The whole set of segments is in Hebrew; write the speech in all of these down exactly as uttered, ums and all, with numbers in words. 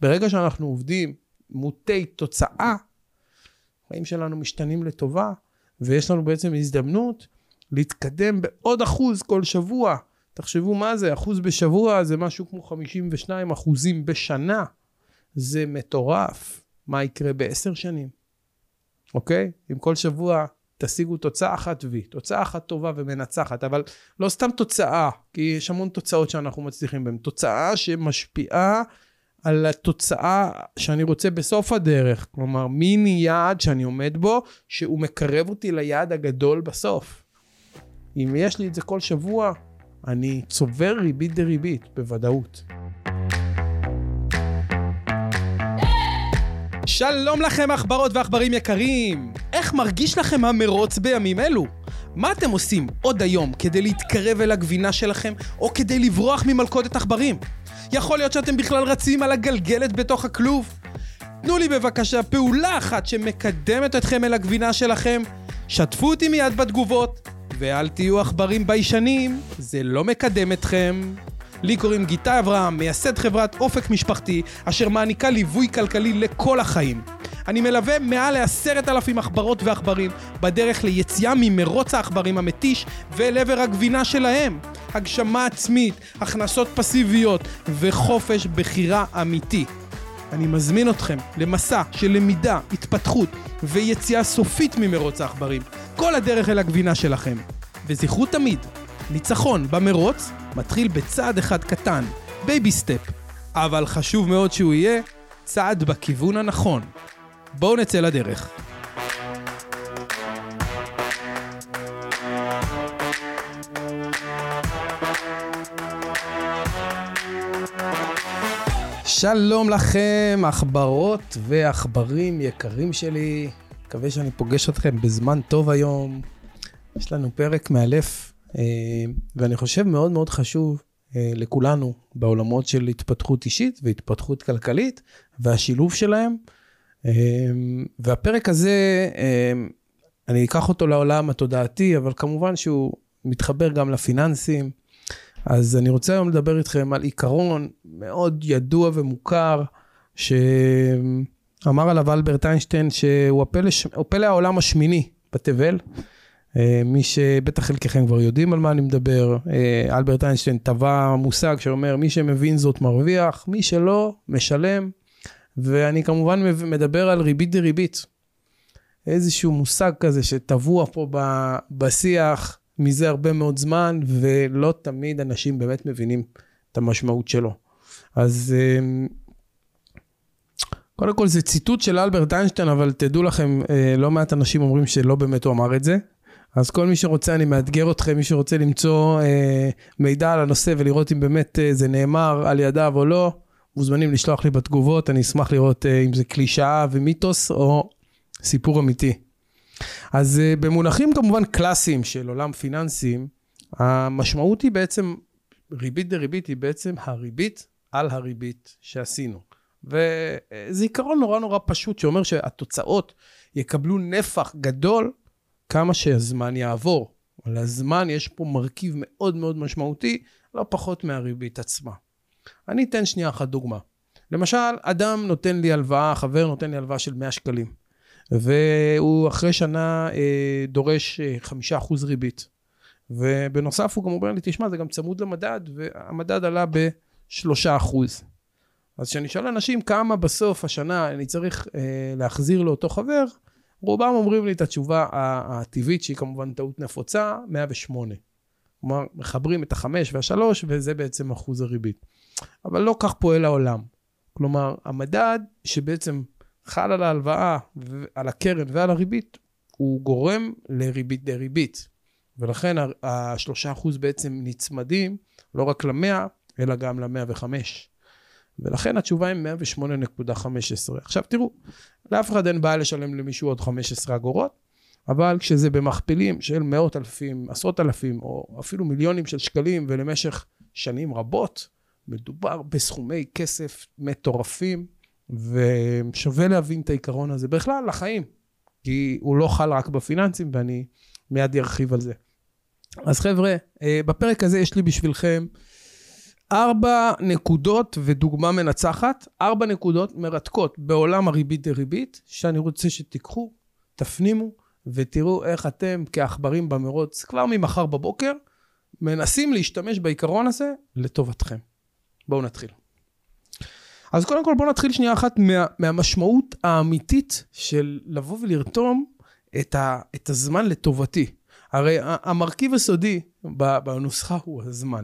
ברגע שאנחנו עובדים מוטי תוצאה, החיים שלנו משתנים לטובה, ויש לנו בעצם הזדמנות להתקדם בעוד אחוז כל שבוע. תחשבו מה זה, אחוז בשבוע זה משהו כמו חמישים ושניים אחוזים בשנה. זה מטורף. מה יקרה בעשר שנים? אוקיי? אם כל שבוע תשיגו תוצאה אחת וי, תוצאה אחת טובה ומנצחת, אבל לא סתם תוצאה, כי יש המון תוצאות שאנחנו מצליחים בהן, תוצאה שמשפיעה על התוצאה שאני רוצה בסוף הדרך, כלומר מיני יעד שאני עומד בו, שהוא מקרב אותי ליעד הגדול בסוף. אם יש לי את זה כל שבוע, אני צובר ריבית דריבית, בוודאות. שלום לכם אכברות ואכברים יקרים, איך מרגיש לכם המרוץ בימים אלו? מה אתם עושים עוד היום כדי להתקרב אל הגבינה שלכם, או כדי לברוח ממלכודת עכברים? יכול להיות שאתם בכלל רצים על הגלגלת בתוך הכלוב? תנו לי בבקשה פעולה אחת שמקדמת אתכם אל הגבינה שלכם, שתפו אותי מיד בתגובות, ואל תהיו עכברים ביישנים, זה לא מקדם אתכם. לי קוראים גיטה אברהם, מייסד חברת אופק משפחתי, אשר מעניקה ליווי כלכלי לכל החיים. אני מלווה מעל לעשרת אלפים עכברות ועכברים, בדרך ליציאה ממרוץ העכברים המתיש, ואל עבר הגבינה שלהם. הגשמה עצמית, הכנסות פסיביות, וחופש בחירה אמיתי. אני מזמין אתכם למסע של למידה, התפתחות, ויציאה סופית ממרוץ העכברים. כל הדרך אל הגבינה שלכם. וזכרו תמיד, ניצחון במרוץ מתחיל בצעד אחד קטן, בייבי סטפ, אבל חשוב מאוד שהוא יהיה צעד בכיוון הנכון. בואו נצא לדרך. שלום לכם, אכברות ואכברים יקרים שלי. מקווה שאני פוגש אתכם בזמן טוב היום. יש לנו פרק מאלף, ואני חושב מאוד מאוד חשוב לכולנו בעולמות של התפתחות אישית והתפתחות כלכלית והשילוב שלהם. והפרק הזה, אני אקח אותו לעולם התודעתי, אבל כמובן שהוא מתחבר גם לפיננסים. אז אני רוצה היום לדבר איתכם על עיקרון מאוד ידוע ומוכר, שאמר עליו אלברט איינשטיין, שהוא הפלא, הפלא העולם השמיני בתבל. מי שבטח חלקכם כבר יודעים על מה אני מדבר, אלברט איינשטיין טבע מושג שאומר, מי שמבין זאת מרוויח, מי שלא משלם, ואני כמובן מדבר על ריבית דריבית. איזשהו מושג כזה שטבוע פה בשיח, מזה הרבה מאוד זמן, ולא תמיד אנשים באמת מבינים את המשמעות שלו. אז קודם כל זה ציטוט של אלברט איינשטיין, אבל תדעו לכם, לא מעט אנשים אומרים שלא באמת הוא אמר את זה. אז כל מי שרוצה, אני מאתגר אתכם, מי שרוצה למצוא מידע על הנושא, ולראות אם באמת זה נאמר על ידיו או לא, מוזמנים לשלוח לי בתגובות, אני אשמח לראות אם זה קלישאה ומיתוס, או סיפור אמיתי. אז במונחים כמובן קלאסיים של עולם פיננסים, המשמעות היא בעצם, ריבית דריבית היא בעצם הריבית על הריבית שעשינו. וזה עיקרון נורא נורא פשוט, שאומר שהתוצאות יקבלו נפח גדול, כמה שהזמן יעבור. על הזמן יש פה מרכיב מאוד מאוד משמעותי, לא פחות מהריבית עצמה. אני אתן שנייה אחת דוגמה. למשל, אדם נותן לי הלוואה, חבר נותן לי הלוואה של מאה שקלים. והוא אחרי שנה אה, דורש אה, חמישה אחוז ריבית. ובנוסף הוא גם אומר לי, תשמע, זה גם צמוד למדד, והמדד עלה ב-שלושה אחוז. אז כשאני שואל אנשים כמה בסוף השנה אני צריך אה, להחזיר לאותו חבר, רובם אומרים לי את התשובה הטבעית, שהיא כמובן טעות נפוצה, מאה ושמונה. כלומר, מחברים את החמש והשלוש, וזה בעצם אחוז הריבית. אבל לא כך פועל העולם. כלומר, המדד שבעצם חל על ההלוואה, על הקרן ועל הריבית, הוא גורם לריבית דריבית. ולכן השלושה אחוז בעצם נצמדים, לא רק למאה, אלא גם למאה וחמש. ולכן התשובה היא מאה ושמונה נקודה חמש עשרה. עכשיו תראו, לאף אחד אין בעיה לשלם למישהו עוד חמש עשרה אגורות, אבל כשזה במכפילים של מאות אלפים, עשרות אלפים, או אפילו מיליונים של שקלים, ולמשך שנים רבות, מדובר בסכומי כסף מטורפים, ושווה להבין את העיקרון הזה בכלל לחיים, כי הוא לא חל רק בפיננסים, ואני מיד ארחיב על זה. אז חבר'ה, בפרק הזה יש לי בשבילכם ארבע נקודות ודוגמה מנצחת, ארבע נקודות מרתקות בעולם הריבית דריבית, שאני רוצה שתיקחו, תפנימו, ותראו איך אתם כעכברים במרוץ, כבר ממחר בבוקר, מנסים להשתמש בעיקרון הזה לטובתכם. בואו נתחיל. אז קודם כל בואו נתחיל שנייה אחת מה, מהמשמעות האמיתית של לבוא ולרתום את, ה, את הזמן לטובתי. הרי המרכיב הסודי בנוסחה הוא הזמן.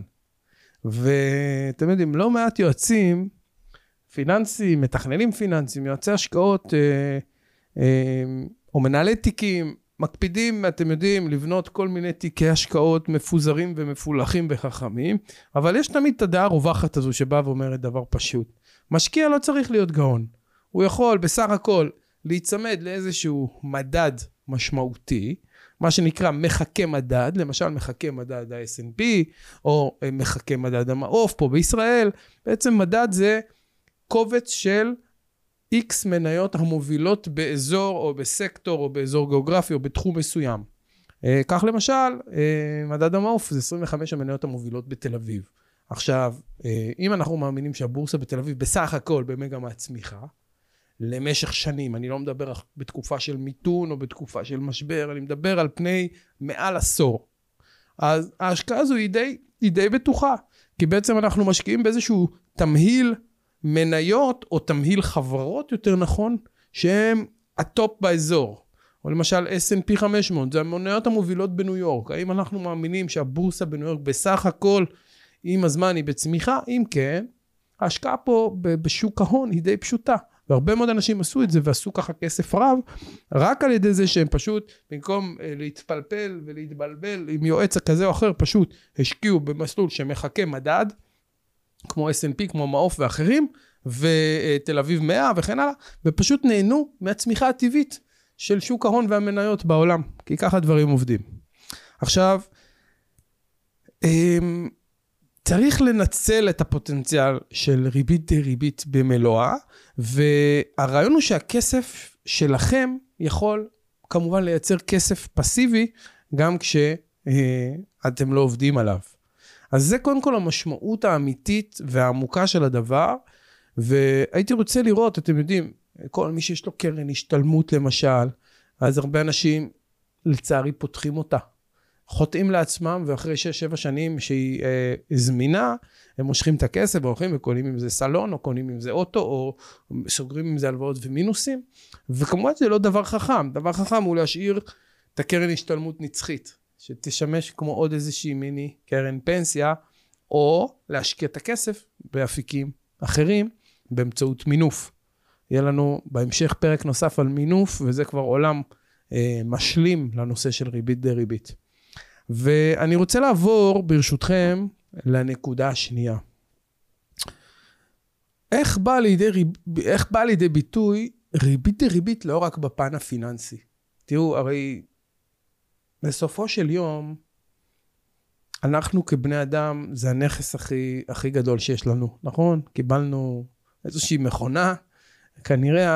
ואתם יודעים, לא מעט יועצים פיננסיים, מתכננים פיננסיים, יועצי השקעות אה, אה, או מנהלי תיקים, מקפידים, אתם יודעים, לבנות כל מיני תיקי השקעות מפוזרים ומפולחים וחכמים, אבל יש תמיד את הדעה הרווחת הזו שבאה ואומרת דבר פשוט. משקיע לא צריך להיות גאון. הוא יכול בסך הכל להיצמד לאיזשהו מדד משמעותי, מה שנקרא מחכה מדד, למשל מחכה מדד ה-אס אנד פי, או מחכה מדד המעוף פה בישראל. בעצם מדד זה קובץ של X מניות המובילות באזור או בסקטור או באזור גיאוגרפי או בתחום מסוים. כך למשל, מדד המעוף זה עשרים וחמש המניות המובילות בתל אביב. עכשיו, אם אנחנו מאמינים שהבורסה בתל אביב בסך הכל במגמת צמיחה, למשך שנים, אני לא מדבר בתקופה של מיתון או בתקופה של משבר, אני מדבר על פני מעל עשור. אז ההשקעה הזו היא די, היא די בטוחה, כי בעצם אנחנו משקיעים באיזשהו תמהיל מניות או תמהיל חברות יותר נכון, שהם הטופ באזור. או למשל אס אנד פי חמש מאות, זה המניות המובילות בניו יורק. האם אנחנו מאמינים שהבורסה בניו יורק בסך הכל עם הזמן היא בצמיחה? אם כן, ההשקעה פה בשוק ההון היא די פשוטה. והרבה מאוד אנשים עשו את זה ועשו ככה כסף רב, רק על ידי זה שהם פשוט, במקום להתפלפל ולהתבלבל עם יועץ כזה או אחר, פשוט השקיעו במסלול שמחכה מדד, כמו אס אנד פי, כמו מעוף ואחרים, ותל אביב מאה וכן הלאה, ופשוט נהנו מהצמיחה הטבעית של שוק ההון והמניות בעולם, כי ככה דברים עובדים. עכשיו, צריך לנצל את הפוטנציאל של ריבית דריבית במלואה, והרעיון הוא שהכסף שלכם יכול כמובן לייצר כסף פסיבי, גם כשאתם לא עובדים עליו. אז זה קודם כל המשמעות האמיתית והעמוקה של הדבר, והייתי רוצה לראות, אתם יודעים, כל מי שיש לו קרן השתלמות למשל, אז הרבה אנשים לצערי פותחים אותה. חוטאים לעצמם, ואחרי שש שבע שנים שהיא אה, זמינה, הם מושכים את הכסף, והולכים וקונים עם זה סלון, או קונים עם זה אוטו, או סוגרים עם זה הלוואות ומינוסים, וכמובן זה לא דבר חכם. דבר חכם הוא להשאיר את הקרן השתלמות נצחית, שתשמש כמו עוד איזושהי מיני קרן פנסיה, או להשקיע את הכסף באפיקים אחרים, באמצעות מינוף. יהיה לנו בהמשך פרק נוסף על מינוף, וזה כבר עולם אה, משלים לנושא של ריבית דריבית. ואני רוצה לעבור ברשותכם לנקודה השנייה. איך בא לידי, ריב... איך בא לידי ביטוי ריבית דריבית לא רק בפן הפיננסי? תראו, הרי בסופו של יום, אנחנו כבני אדם, זה הנכס הכי, הכי גדול שיש לנו, נכון? קיבלנו איזושהי מכונה, כנראה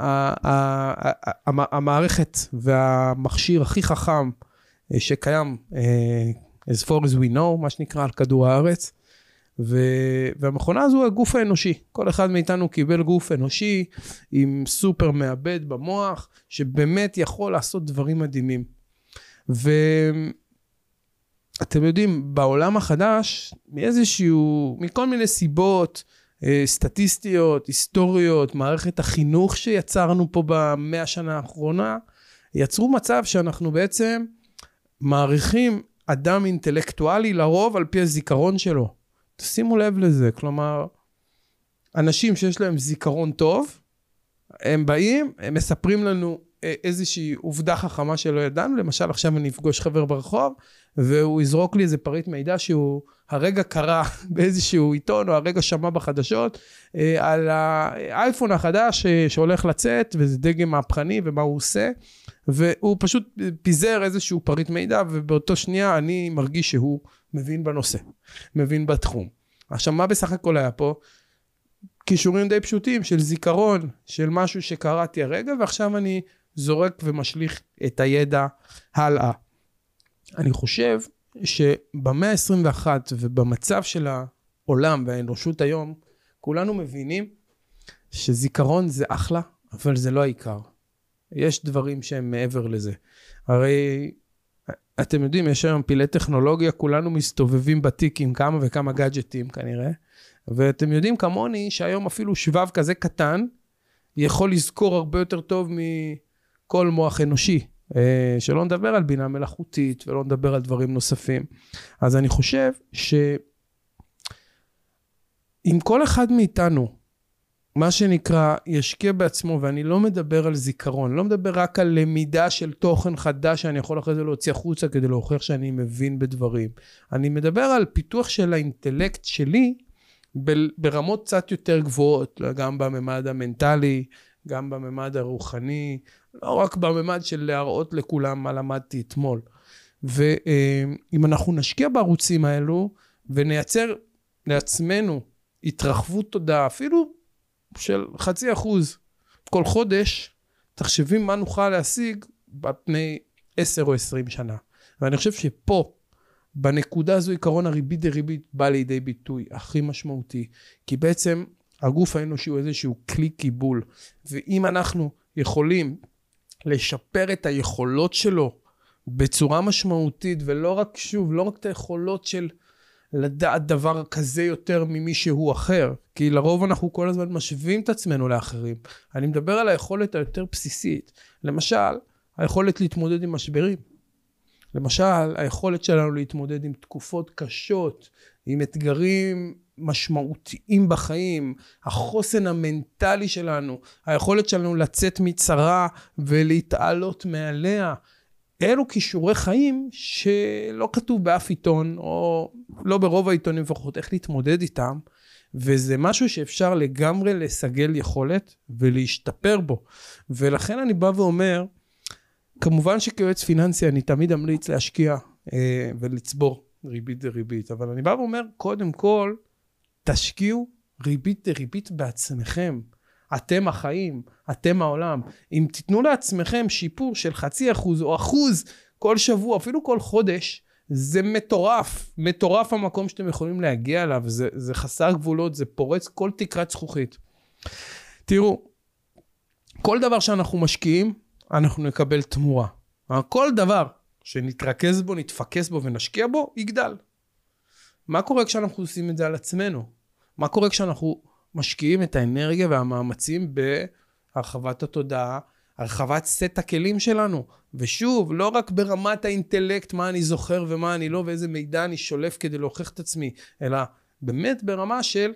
המערכת והמכשיר הכי חכם שקיים, as far as we know, מה שנקרא על כדור הארץ, והמכונה הזו היא הגוף האנושי. כל אחד מאיתנו קיבל גוף אנושי עם סופר מעבד במוח, שבאמת יכול לעשות דברים מדהימים. ואתם יודעים, בעולם החדש, מאיזשהו, מכל מיני סיבות, סטטיסטיות, היסטוריות, מערכת החינוך שיצרנו פה במאה השנה האחרונה, יצרו מצב שאנחנו בעצם מעריכים אדם אינטלקטואלי לרוב על פי הזיכרון שלו. תשימו לב לזה, כלומר, אנשים שיש להם זיכרון טוב, הם באים, הם מספרים לנו איזושהי עובדה חכמה שלא ידענו, למשל עכשיו אני אפגוש חבר ברחוב, והוא יזרוק לי איזה פריט מידע שהוא הרגע קרא באיזשהו עיתון, או הרגע שמע בחדשות, על האייפון החדש שהולך לצאת, וזה דגם מהפכני ומה הוא עושה, והוא פשוט פיזר איזשהו פריט מידע, ובאותו שנייה אני מרגיש שהוא מבין בנושא, מבין בתחום. עכשיו מה בסך הכל היה פה? קישורים די פשוטים של זיכרון, של משהו שקראתי הרגע, ועכשיו אני זורק ומשליך את הידע הלאה. אני חושב שבמאה ה-עשרים ואחת ובמצב של העולם והאנושות היום, כולנו מבינים שזיכרון זה אחלה, אבל זה לא העיקר. יש דברים שהם מעבר לזה. הרי אתם יודעים, יש היום פילי טכנולוגיה, כולנו מסתובבים בתיק עם כמה וכמה גאדג'טים כנראה, ואתם יודעים כמוני שהיום אפילו שבב כזה קטן, יכול לזכור הרבה יותר טוב מכל מוח אנושי, שלא נדבר על בינה מלאכותית, ולא נדבר על דברים נוספים. אז אני חושב שאם כל אחד מאיתנו, מה שנקרא, ישקיע בעצמו, ואני לא מדבר על זיכרון, לא מדבר רק על למידה של תוכן חדש, שאני יכול אחרי זה להוציא החוצה, כדי להוכיח שאני מבין בדברים. אני מדבר על פיתוח של האינטלקט שלי, ברמות קצת יותר גבוהות, גם בממד המנטלי, גם בממד הרוחני, לא רק בממד של להראות לכולם מה למדתי אתמול. ואם אנחנו נשקיע בערוצים האלו, ונייצר לעצמנו התרחבות תודעה, אפילו של חצי אחוז כל חודש, תחשבים מה נוכל להשיג בפני עשר או עשרים שנה. ואני חושב שפה, בנקודה הזו, עיקרון הריבית דריבית בא לידי ביטוי הכי משמעותי, כי בעצם הגוף האנושי הוא איזשהו כלי קיבול, ואם אנחנו יכולים לשפר את היכולות שלו בצורה משמעותית, ולא רק שוב, לא רק את היכולות של לדעת דבר כזה יותר ממישהו אחר, כי לרוב אנחנו כל הזמן משווים את עצמנו לאחרים. אני מדבר על היכולת היותר בסיסית, למשל, היכולת להתמודד עם משברים. למשל, היכולת שלנו להתמודד עם תקופות קשות, עם אתגרים משמעותיים בחיים, החוסן המנטלי שלנו, היכולת שלנו לצאת מצרה ולהתעלות מעליה, אלו כישורי חיים שלא כתוב באף עיתון, או לא ברוב העיתונים לפחות, איך להתמודד איתם, וזה משהו שאפשר לגמרי לסגל יכולת ולהשתפר בו. ולכן אני בא ואומר, כמובן שכיועץ פיננסי אני תמיד אמליץ להשקיע אה, ולצבור ריבית דריבית, אבל אני בא ואומר, קודם כל, תשקיעו ריבית דריבית בעצמכם. אתם החיים, אתם העולם. אם תיתנו לעצמכם שיפור של חצי אחוז או אחוז כל שבוע, אפילו כל חודש, זה מטורף. מטורף המקום שאתם יכולים להגיע אליו. זה, זה חסר גבולות, זה פורץ כל תקרת זכוכית. תראו, כל דבר שאנחנו משקיעים, אנחנו נקבל תמורה. כל דבר שנתרכז בו, נתפקס בו ונשקיע בו, יגדל. מה קורה כשאנחנו עושים את זה על עצמנו? מה קורה כשאנחנו משקיעים את האנרגיה והמאמצים בהרחבת התודעה, הרחבת סט הכלים שלנו? ושוב, לא רק ברמת האינטלקט, מה אני זוכר ומה אני לא, ואיזה מידע אני שולף כדי להוכיח את עצמי, אלא באמת ברמה של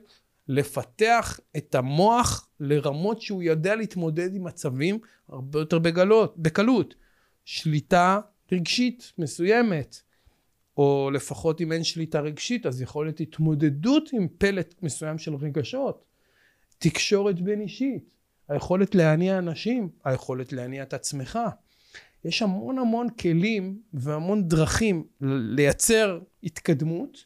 לפתח את המוח לרמות שהוא יודע להתמודד עם מצבים הרבה יותר בגלות, בקלות. שליטה רגשית מסוימת, או לפחות אם אין שליטה רגשית, אז יכולת התמודדות עם פלט מסוים של רגשות, תקשורת בין אישית, היכולת להניע אנשים, היכולת להניע את עצמך. יש המון המון כלים והמון דרכים לייצר התקדמות,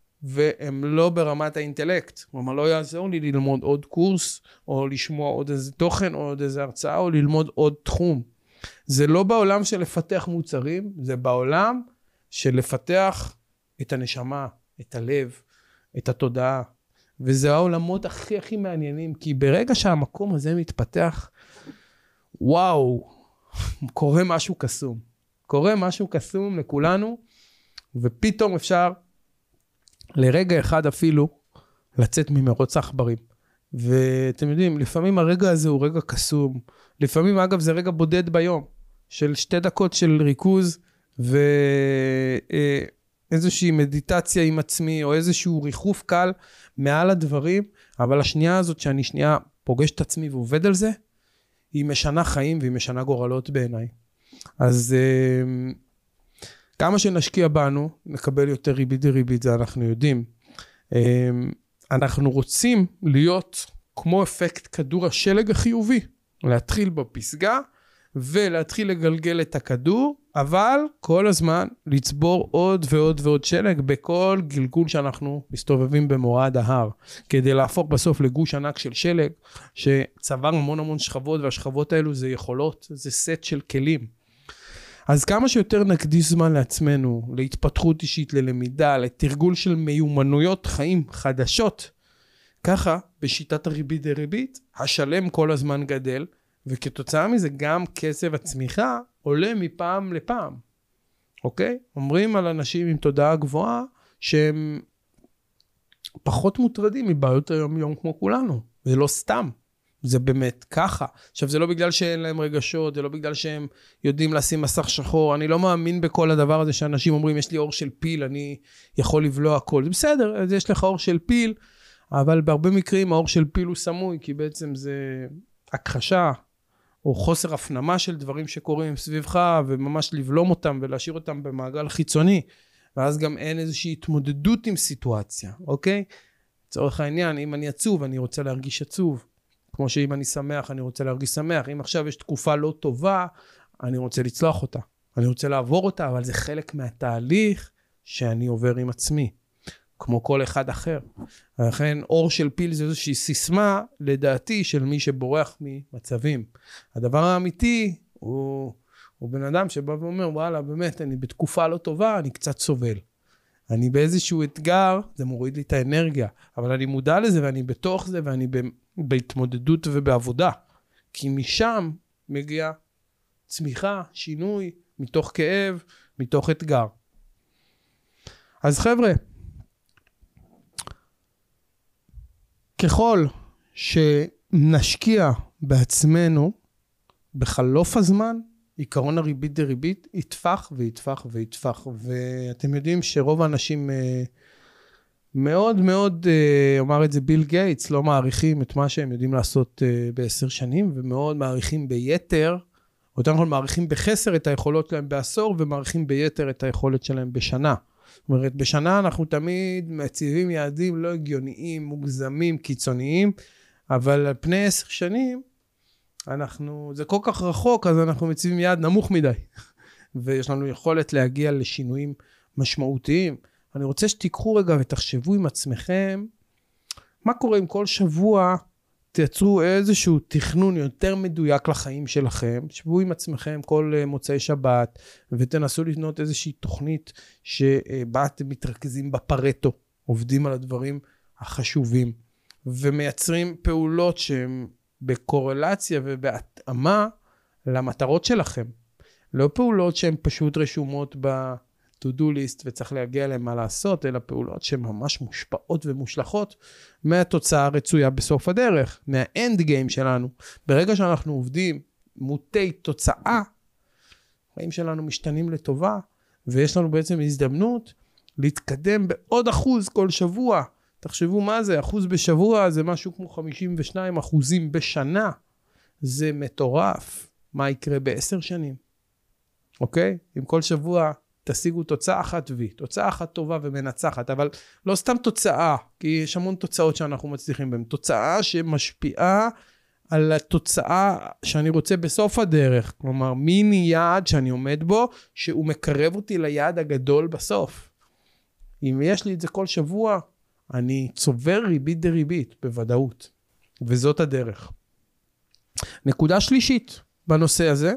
והם לא ברמת האינטלקט. כלומר, לא יעזור לי ללמוד עוד קורס, או לשמוע עוד איזה תוכן, או עוד איזה הרצאה, או ללמוד עוד תחום. זה לא בעולם של לפתח מוצרים, זה בעולם של לפתח את הנשמה, את הלב, את התודעה. וזה העולמות הכי הכי מעניינים, כי ברגע שהמקום הזה מתפתח, וואו, קורה משהו קסום. קורה משהו קסום לכולנו, ופתאום אפשר לרגע אחד אפילו לצאת ממרוץ העכברים. ואתם יודעים, לפעמים הרגע הזה הוא רגע קסום. לפעמים, אגב, זה רגע בודד ביום, של שתי דקות של ריכוז, ואיזושהי מדיטציה עם עצמי, או איזשהו ריחוף קל מעל הדברים, אבל השנייה הזאת שאני שנייה פוגש את עצמי ועובד על זה, היא משנה חיים והיא משנה גורלות בעיניי. אז כמה שנשקיע בנו, נקבל יותר ריבית דריבית, זה אנחנו יודעים. אנחנו רוצים להיות כמו אפקט כדור השלג החיובי, להתחיל בפסגה, ולהתחיל לגלגל את הכדור, אבל כל הזמן לצבור עוד ועוד ועוד שלג, בכל גלגול שאנחנו מסתובבים במורד ההר, כדי להפוך בסוף לגוש ענק של שלג, שצבר המון המון שכבות, והשכבות האלו זה יכולות, זה סט של כלים. אז כמה שיותר נקדיש זמן לעצמנו, להתפתחות אישית, ללמידה, לתרגול של מיומנויות חיים חדשות, ככה בשיטת הריבית דריבית, השלם כל הזמן גדל, וכתוצאה מזה גם כסף הצמיחה עולה מפעם לפעם. אוקיי? אומרים על אנשים עם תודעה גבוהה, שהם פחות מוטרדים מבעיות היום יום כמו כולנו. זה לא סתם. זה באמת ככה. עכשיו, זה לא בגלל שאין להם רגשות, זה לא בגלל שהם יודעים לשים מסך שחור. אני לא מאמין בכל הדבר הזה שאנשים אומרים, יש לי אור של פיל, אני יכול לבלוע הכל. זה בסדר, אז יש לך אור של פיל, אבל בהרבה מקרים האור של פיל הוא סמוי, כי בעצם זה הכחשה, או חוסר הפנמה של דברים שקורים סביבך, וממש לבלום אותם ולהשאיר אותם במעגל חיצוני, ואז גם אין איזושהי התמודדות עם סיטואציה, אוקיי? לצורך העניין, אם אני עצוב, אני רוצה להרגיש עצוב, כמו שאם אני שמח, אני רוצה להרגיש שמח, אם עכשיו יש תקופה לא טובה, אני רוצה לצלוח אותה, אני רוצה לעבור אותה, אבל זה חלק מהתהליך שאני עובר עם עצמי, כמו כל אחד אחר. לכן אור של פיל זה איזושהי סיסמה, לדעתי, של מי שבורח ממצבים. הדבר האמיתי הוא, הוא בן אדם שבא ואומר, וואלה, באמת, אני בתקופה לא טובה, אני קצת סובל. אני באיזשהו אתגר, זה מוריד לי את האנרגיה, אבל אני מודע לזה ואני בתוך זה, ואני בהתמודדות ובעבודה. כי משם מגיע צמיחה, שינוי, מתוך כאב, מתוך אתגר. אז חבר'ה, ככל שנשקיע בעצמנו, בחלוף הזמן, עיקרון הריבית דריבית יתפח ויתפח ויתפח. ואתם יודעים שרוב האנשים מאוד מאוד, אומר את זה ביל גייטס, לא מעריכים את מה שהם יודעים לעשות בעשר שנים, ומאוד מעריכים ביתר, יותר נכון מעריכים בחסר את היכולות שלהם בעשור, ומעריכים ביתר את היכולת שלהם בשנה. זאת אומרת, בשנה אנחנו תמיד מציבים יעדים לא הגיוניים, מוגזמים, קיצוניים, אבל על פני עשר שנים, אנחנו, זה כל כך רחוק, אז אנחנו מציבים יעד נמוך מדי. ויש לנו יכולת להגיע לשינויים משמעותיים. אני רוצה שתיקחו רגע ותחשבו עם עצמכם, מה קורה אם כל שבוע תייצרו איזשהו תכנון יותר מדויק לחיים שלכם, שבו עם עצמכם כל מוצאי שבת, ותנסו לבנות איזושהי תוכנית שבה אתם מתרכזים בפרטו, עובדים על הדברים החשובים, ומייצרים פעולות שהן בקורלציה ובהתאמה למטרות שלכם. לא פעולות שהן פשוט רשומות ב-to-do list וצריך להגיע להם מה לעשות, אלא פעולות שהן ממש מושפעות ומושלכות מהתוצאה הרצויה בסוף הדרך, מה-end game שלנו. ברגע שאנחנו עובדים מוטי תוצאה, החיים שלנו משתנים לטובה, ויש לנו בעצם הזדמנות להתקדם בעוד אחוז כל שבוע. תחשבו מה זה, אחוז בשבוע זה משהו כמו חמישים ושניים אחוזים בשנה. זה מטורף. מה יקרה בעשר שנים? אוקיי? אם כל שבוע תשיגו תוצאה אחת וי, תוצאה אחת טובה ומנצחת, אבל לא סתם תוצאה, כי יש המון תוצאות שאנחנו מצליחים בהן. תוצאה שמשפיעה על התוצאה שאני רוצה בסוף הדרך. כלומר, מיני יעד שאני עומד בו, שהוא מקרב אותי ליעד הגדול בסוף. אם יש לי את זה כל שבוע, אני צובר ריבית דריבית, בוודאות. וזאת הדרך. נקודה שלישית בנושא הזה,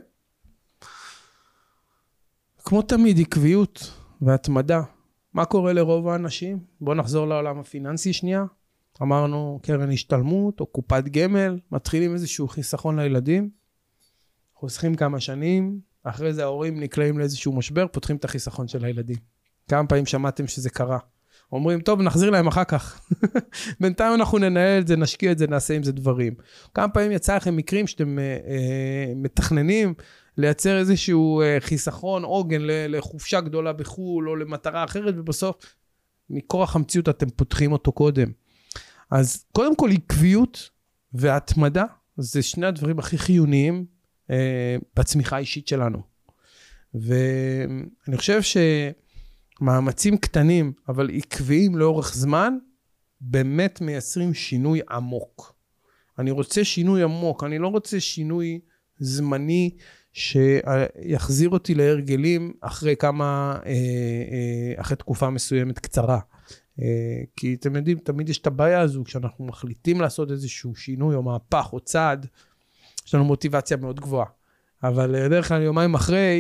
כמו תמיד, עקביות והתמדה. מה קורה לרוב האנשים? בואו נחזור לעולם הפיננסי שנייה. אמרנו קרן השתלמות או קופת גמל, מתחילים איזשהו חיסכון לילדים, חוסכים כמה שנים, אחרי זה ההורים נקלעים לאיזשהו משבר, פותחים את החיסכון של הילדים. כמה פעמים שמעתם שזה קרה? אומרים, טוב, נחזיר להם אחר כך. בינתיים אנחנו ננהל את זה, נשקיע את זה, נעשה עם זה דברים. כמה פעמים יצא לכם מקרים שאתם אה, אה, מתכננים לייצר איזשהו אה, חיסכון, עוגן לחופשה גדולה בחול, או למטרה אחרת, ובסוף מכורח המציאות אתם פותחים אותו קודם. אז קודם כל עקביות והתמדה, זה שני הדברים הכי חיוניים אה, בצמיחה האישית שלנו. ואני חושב ש... מאמצים קטנים, אבל עקביים לאורך זמן, באמת מייצרים שינוי עמוק. אני רוצה שינוי עמוק, אני לא רוצה שינוי זמני, שיחזיר אותי להרגלים אחרי כמה, אחרי תקופה מסוימת קצרה. כי אתם יודעים, תמיד יש את הבעיה הזו, כשאנחנו מחליטים לעשות איזשהו שינוי, או מהפך, או צעד, יש לנו מוטיבציה מאוד גבוהה. אבל דרך כלל יומיים אחרי,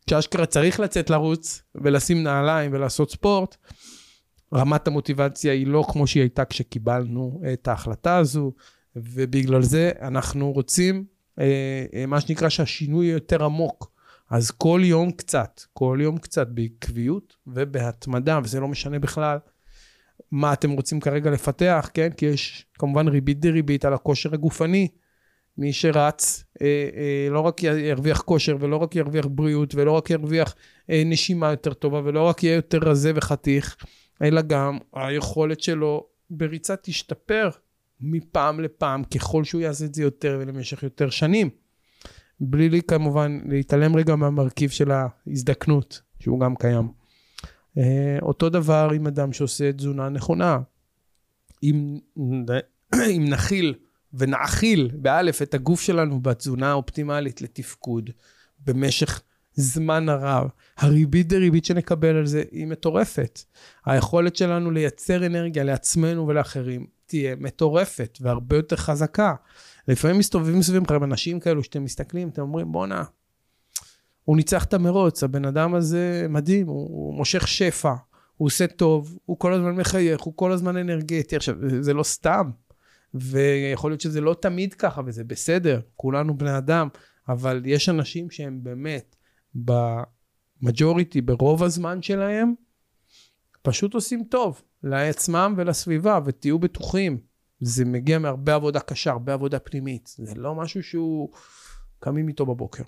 כשאשכרה צריך לצאת לרוץ ולשים נעליים ולעשות ספורט, רמת המוטיבציה היא לא כמו שהיא הייתה כשקיבלנו את ההחלטה הזו, ובגלל זה אנחנו רוצים, מה שנקרא שהשינוי יותר עמוק, אז כל יום קצת, כל יום קצת בעקביות ובהתמדה, וזה לא משנה בכלל מה אתם רוצים כרגע לפתח, כן? כי יש כמובן ריבית דריבית על הכושר הגופני, מי שרץ אה, אה, לא רק ירוויח כושר ולא רק ירוויח בריאות ולא רק ירוויח אה, נשימה יותר טובה ולא רק יהיה יותר רזה וחתיך, אלא גם היכולת שלו בריצה תשתפר מפעם לפעם ככל שהוא יעשה את זה יותר ולמשך יותר שנים. בלי לי כמובן להתעלם רגע מהמרכיב של ההזדקנות שהוא גם קיים. אה, אותו דבר עם אדם שעושה תזונה נכונה. אם, אם נכיל ונאכיל באלף את הגוף שלנו בתזונה האופטימלית לתפקוד במשך זמן הרב, הריבית דריבית שנקבל על זה היא מטורפת. היכולת שלנו לייצר אנרגיה לעצמנו ולאחרים תהיה מטורפת והרבה יותר חזקה. לפעמים מסתובבים סביבכם אנשים כאלו שאתם מסתכלים, אתם אומרים בוא נע, הוא ניצח את המרוץ, הבן אדם הזה מדהים, הוא, הוא מושך שפע, הוא עושה טוב, הוא כל הזמן מחייך, הוא כל הזמן אנרגטי. עכשיו, זה לא סתם, ויכול להיות שזה לא תמיד ככה, וזה בסדר, כולנו בני אדם, אבל יש אנשים שהם באמת, במג'וריטי, ברוב הזמן שלהם, פשוט עושים טוב, לעצמם ולסביבה, ותהיו בטוחים. זה מגיע מהרבה עבודה קשה, הרבה עבודה פנימית, זה לא משהו שהוא קמים איתו בבוקר.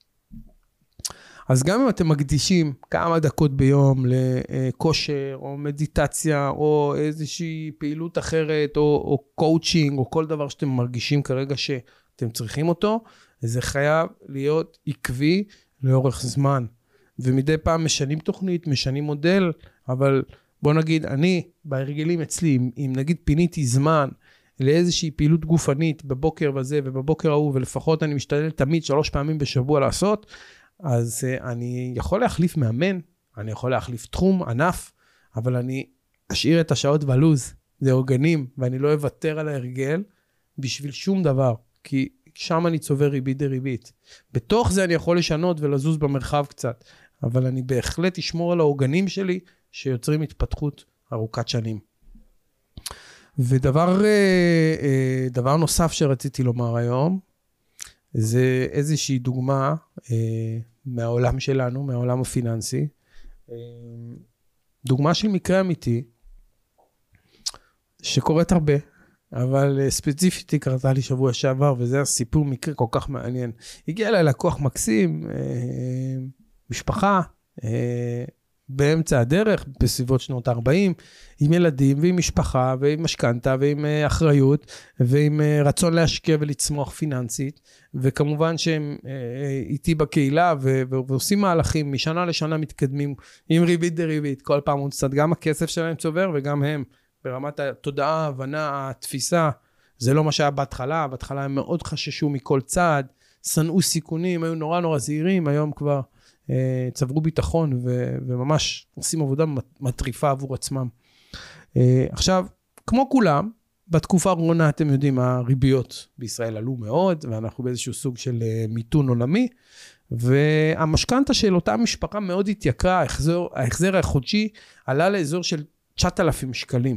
אז גם אם אתם מקדישים כמה דקות ביום לכושר או מדיטציה או איזושהי פעילות אחרת או, או קואוצ'ינג או כל דבר שאתם מרגישים כרגע שאתם צריכים אותו, זה חייב להיות עקבי לאורך זמן. ומדי פעם משנים תוכנית, משנים מודל, אבל בוא נגיד אני בהרגלים אצלי, אם, אם נגיד פיניתי זמן לאיזושהי פעילות גופנית בבוקר וזה ובבוקר ההוא, ולפחות אני משתדל תמיד שלוש פעמים בשבוע לעשות, אז uh, אני יכול להחליף מאמן, אני יכול להחליף תחום, ענף, אבל אני אשאיר את השעות בלוז, זה אורגנים, ואני לא אוותר על ההרגל בשביל שום דבר, כי שם אני צובר ריבית דריבית. בתוך זה אני יכול לשנות ולזוז במרחב קצת, אבל אני בהחלט אשמור על האורגנים שלי, שיוצרים התפתחות ארוכת שנים. ודבר uh, uh, דבר נוסף שרציתי לומר היום, זה איזושהי דוגמה אה, מהעולם שלנו, מהעולם הפיננסי. אה, דוגמה של מקרה אמיתי, שקורית הרבה, אבל אה, ספציפית היא קרתה לי שבוע שעבר, וזה הסיפור מקרה כל כך מעניין. הגיע אליי לקוח מקסים, אה, משפחה, אה, באמצע הדרך, בסביבות שנות ה-ארבעים, עם ילדים ועם משפחה ועם משכנתה ועם אחריות ועם רצון להשקיע ולצמוח פיננסית, וכמובן שהם איתי בקהילה ועושים מהלכים, משנה לשנה מתקדמים עם ריבית דריבית, כל פעם עוד קצת, גם הכסף שלהם צובר וגם הם, ברמת התודעה, ההבנה, התפיסה, זה לא מה שהיה בהתחלה, בהתחלה הם מאוד חששו מכל צעד, שנאו סיכונים, היו נורא נורא זהירים, היום כבר צברו ביטחון ו- וממש עושים עבודה מטריפה עבור עצמם. עכשיו, כמו כולם, בתקופה האחרונה אתם יודעים, הריביות בישראל עלו מאוד, ואנחנו באיזשהו סוג של מיתון עולמי, והמשכנתה של אותה משפחה מאוד התייקרה, ההחזר, ההחזר החודשי עלה לאזור של תשעת אלפים שקלים.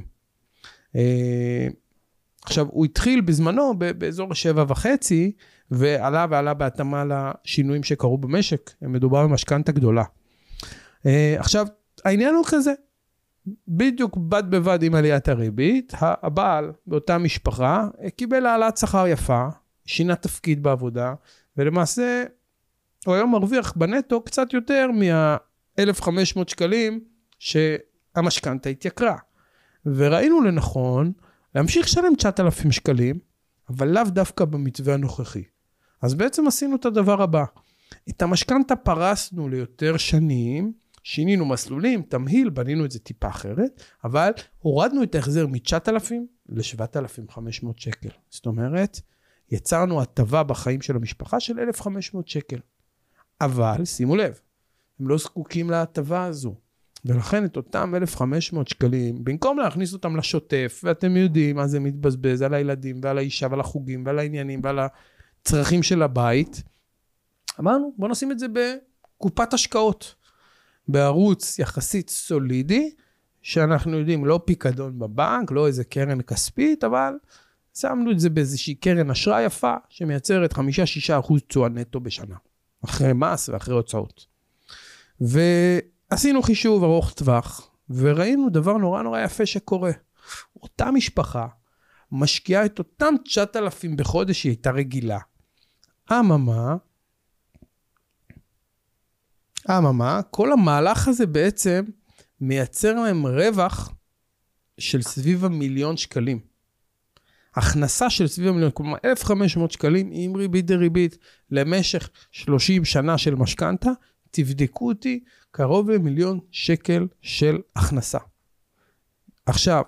עכשיו, הוא התחיל בזמנו באזור שבע וחצי, ועלה ועלה בהתאמה לשינויים שקרו במשק. מדובר במשכנתה גדולה. עכשיו, העניין הוא כזה. בדיוק בד בבד עם עליית הריבית, הבעל באותה משפחה קיבל העלאת שכר יפה, שינה תפקיד בעבודה, ולמעשה הוא היום מרוויח בנטו קצת יותר מה-אלף וחמש מאות שקלים שהמשכנתה התייקרה. וראינו לנכון להמשיך לשלם תשעת אלפים שקלים, אבל לאו דווקא במתווה הנוכחי. אז בעצם עשינו את הדבר הבא. את המשכנתה פרסנו ליותר שנים, שינינו מסלולים, תמהיל, בנינו את זה טיפה אחרת, אבל הורדנו את ההחזר מ-תשעת אלפים ל-שבעת אלפים וחמש מאות שקל. זאת אומרת, יצרנו הטבה בחיים של המשפחה של אלף וחמש מאות שקל. אבל, שימו לב, הם לא זקוקים להטבה הזו. ולכן את אותם אלף וחמש מאות שקלים, במקום להכניס אותם לשוטף, ואתם יודעים מה זה מתבזבז על הילדים ועל האישה ועל החוגים ועל העניינים ועל הצרכים של הבית, אמרנו, בוא נשים את זה קופת השקעות, בערוץ יחסית סולידי, שאנחנו יודעים לא פיקדון בבנק, לא איזה קרן כספית, אבל שמנו את זה באיזושהי קרן אשראי יפה, שמייצרת חמישה שישה אחוז תשואה נטו בשנה, אחרי מס ואחרי הוצאות. ועשינו חישוב ארוך טווח, וראינו דבר נורא נורא יפה שקורה. אותה משפחה משקיעה את אותם תשעת אלפים בחודש, היא הייתה רגילה. אממה, אממה, כל המהלך הזה בעצם מייצר להם רווח של סביב המיליון שקלים. הכנסה של סביב המיליון, כלומר אלף וחמש מאות שקלים עם ריבית דריבית למשך שלושים שנה של משכנתה, תבדקו אותי קרוב למיליון שקל של הכנסה. עכשיו,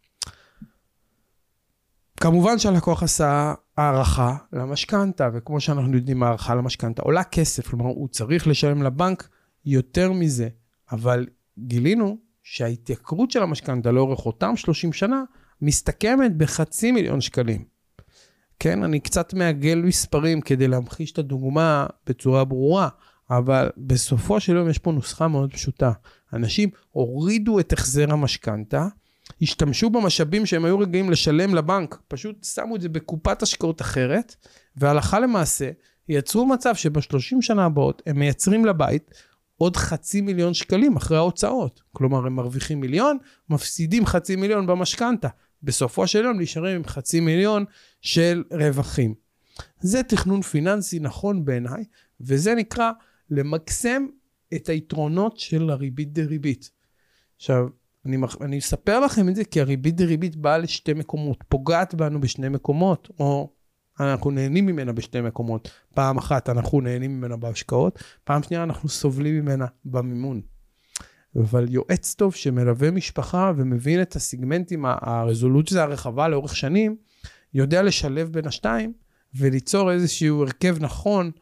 כמובן שהלקוח עשה הערכה למשכנתה, וכמו שאנחנו יודעים, הערכה למשכנתה עולה כסף, כלומר הוא צריך לשלם לבנק יותר מזה, אבל גילינו שההתייקרות של המשכנתה לאורך אותם שלושים שנה, מסתכמת בחצי מיליון שקלים. כן, אני קצת מעגל מספרים כדי להמחיש את הדוגמה בצורה ברורה, אבל בסופו של יום יש פה נוסחה מאוד פשוטה. אנשים הורידו את החזר המשכנתה, השתמשו במשאבים שהם היו רגעים לשלם לבנק, פשוט שמו את זה בקופת השקעות אחרת, והלכה למעשה יצרו מצב שבשלושים שנה הבאות הם מייצרים לבית עוד חצי מיליון שקלים אחרי ההוצאות. כלומר, הם מרוויחים מיליון, מפסידים חצי מיליון במשכנתה. בסופו של יום נשארים עם חצי מיליון של רווחים. זה תכנון פיננסי נכון בעיניי, וזה נקרא למקסם את היתרונות של הריבית דריבית. עכשיו, אני, אני אספר לכם את זה, כי הריבית דריבית באה לשתי מקומות, פוגעת בנו בשני מקומות, או אנחנו נהנים ממנה בשתי מקומות. פעם אחת אנחנו נהנים ממנה בהשקעות, פעם שנייה אנחנו סובלים ממנה במימון. אבל יועץ טוב שמלווה משפחה ומבין את הסיגמנטים, הרזולוציה הרחבה לאורך שנים, יודע לשלב בין השתיים, וליצור איזשהו הרכב נכון,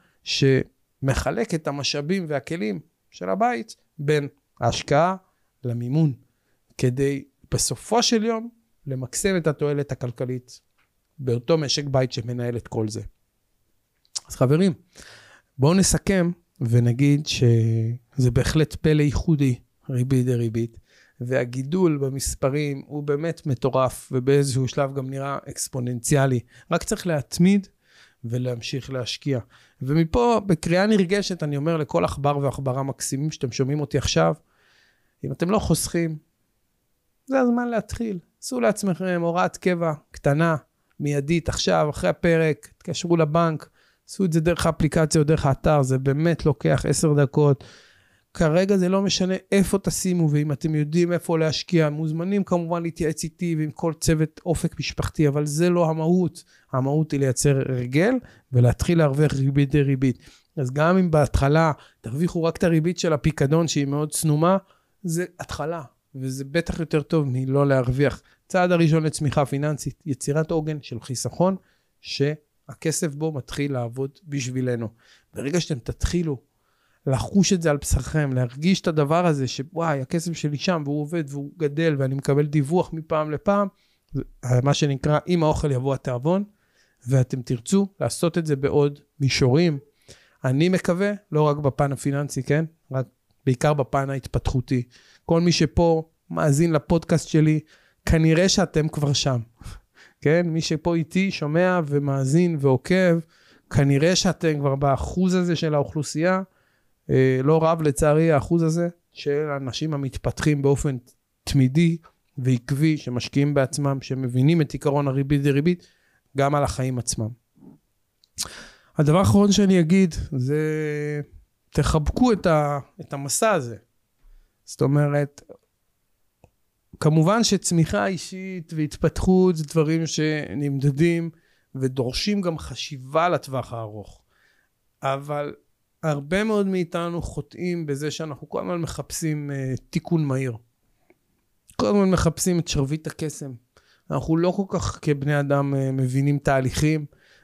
שמחלק את המשאבים והכלים של הבית, בין ההשקעה למימון, כדי בסופו של יום, למקסם את התועלת הכלכלית, באותו משק בית שמנהל את כל זה. אז חברים, בואו נסכם ונגיד שזה בהחלט פלא ייחודי, ריבית דריבית, והגידול במספרים הוא באמת מטורף, ובאיזשהו שלב גם נראה אקספוננציאלי. רק צריך להתמיד ולהמשיך להשקיע. ומפה בקריאה נרגשת אני אומר לכל אכבר ואכברה מקסימים שאתם שומעים אותי עכשיו, אם אתם לא חוסכים, זה הזמן להתחיל. עשו לעצמכם הוראת קבע קטנה, מיידית, עכשיו, אחרי הפרק, תקשרו לבנק, עשו את זה דרך האפליקציה או דרך האתר, זה באמת לוקח עשר דקות. כרגע זה לא משנה איפה תשימו, ואם אתם יודעים איפה להשקיע, מוזמנים כמובן להתייעץ איתי ועם כל צוות אופק משפחתי, אבל זה לא המהות. המהות היא לייצר הרגל, ולהתחיל להרוויח ריבית דריבית. אז גם אם בהתחלה תרוויחו רק את הריבית של הפיקדון, שהיא מאוד צנומה, זה התחלה, וזה בטח יותר טוב מלא להרוויח. צעד הראשון לצמיחה פיננסית, יצירת עוגן של חיסכון, שהכסף בו מתחיל לעבוד בשבילנו. ברגע שאתם תתחילו לחוש את זה על בשרכם, להרגיש את הדבר הזה, שוואי, הכסף שלי שם, והוא עובד והוא גדל, ואני מקבל דיווח מפעם לפעם, מה שנקרא, אם האוכל יבוא התיאבון, ואתם תרצו לעשות את זה בעוד מישורים. אני מקווה, לא רק בפן הפיננסי, כן? רק בעיקר בפן ההתפתחותי. כל מי שפה מאזין לפודקאסט שלי, כנראה שאתם כבר שם. כן? מי שפה איתי שומע ומאזין ועוקב, כנראה שאתם כבר באחוז הזה של האוכלוסייה, לא רב לצערי האחוז הזה, של האנשים המתפתחים באופן תמידי ועקבי, שמשקיעים בעצמם, שמבינים את עיקרון הריבית דריבית, גם על החיים עצמם. הדבר האחרון שאני אגיד, זה תחבקו את, ה, את המסע הזה. זאת אומרת, כמובן שצמיחה אישית והתפתחות, זה דברים שנמדדים, ודורשים גם חשיבה לטווח הארוך. אבל הרבה מאוד מאיתנו חוטאים בזה שאנחנו כל הזמן מחפשים uh, תיקון מהיר. כל הזמן מחפשים את שרביט הקסם. אנחנו לא כל כך כבני אדם uh, מבינים תהליכים,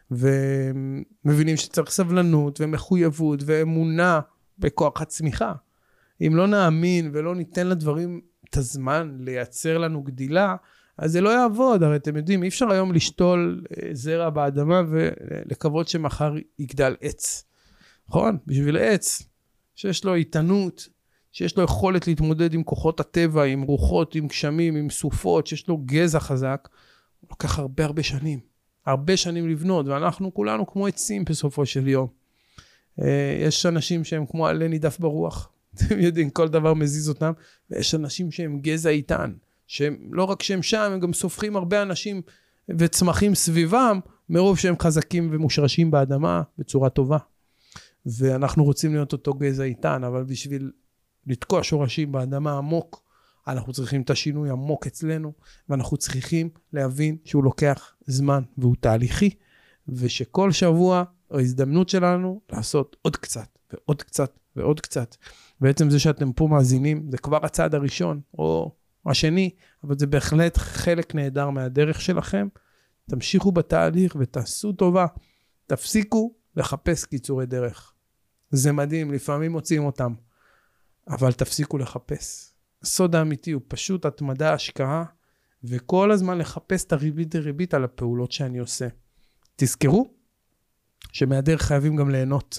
ומבינים שצריך סבלנות ומחויבות ואמונה בכוח הצמיחה. אם לא נאמין ולא ניתן לדברים את הזמן לייצר לנו גדילה, אז זה לא יעבוד. הרי אתם יודעים, אי אפשר היום לשתול uh, זרע באדמה ולקוות שמחר יגדל עץ. נכון? בשביל עץ שיש לו איתנות, שיש לו יכולת להתמודד עם כוחות הטבע, עם רוחות, עם גשמים, עם סופות, שיש לו גזע חזק, הוא לוקח הרבה הרבה שנים, הרבה שנים לבנות, ואנחנו כולנו כמו עצים בסופו של יום. יש אנשים שהם כמו עלה נידף ברוח, אתם יודעים, כל דבר מזיז אותם, ויש אנשים שהם גזע איתן, שהם לא רק שהם שם, הם גם סופחים הרבה אנשים וצמחים סביבם, מרוב שהם חזקים ומושרשים באדמה בצורה טובה. ואנחנו רוצים להיות אותו גזע איתן, אבל בשביל לתקוע שורשים באדמה עמוק, אנחנו צריכים את השינוי עמוק אצלנו, ואנחנו צריכים להבין שהוא לוקח זמן, והוא תהליכי, ושכל שבוע ההזדמנות שלנו לעשות עוד קצת, ועוד קצת, ועוד קצת. בעצם זה שאתם פה מאזינים, זה כבר הצעד הראשון, או השני, אבל זה בהחלט חלק נהדר מהדרך שלכם. תמשיכו בתהליך ותעשו טובה. תפסיקו לחפש קיצורי דרך. זה מדהים, לפעמים מוצאים אותם, אבל תפסיקו לחפש. הסוד האמיתי הוא פשוט התמדה, השקעה, וכל הזמן לחפש את הריבית דריבית על הפעולות שאני עושה. תזכרו שמהדרך חייבים גם ליהנות.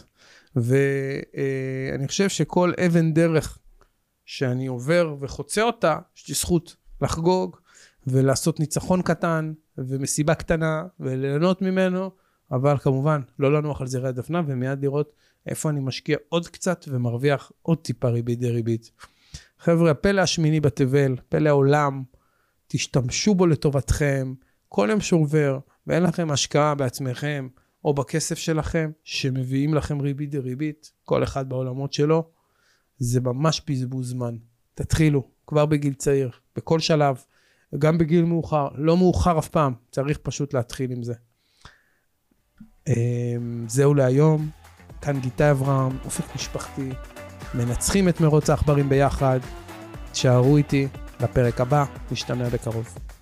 ואני חושב שכל אבן דרך שאני עובר וחוצה אותה, יש לי זכות לחגוג ולעשות ניצחון קטן ומסיבה קטנה וליהנות ממנו, אבל כמובן לא לנוח על זרי הדפנה ומיד לראות איפה אני משקיע עוד קצת ומרוויח עוד טיפה ריבית דריבית. חבר'ה, הפלא השמיני בתבל, פלא העולם, תשתמשו בו לטובתכם, כל יום שעובר ואין לכם השקעה בעצמכם או בכסף שלכם שמביאים לכם ריבית דריבית, כל אחד בעולמות שלו, זה ממש בזבוז זמן. תתחילו, כבר בגיל צעיר, בכל שלב, גם בגיל מאוחר, לא מאוחר אף פעם, צריך פשוט להתחיל עם זה. זהו להיום, כאן גיטאי אברהם, אופק משפחתי, מנצחים את מרוץ העכברים ביחד, תשארו איתי לפרק הבא, נשתמע בקרוב.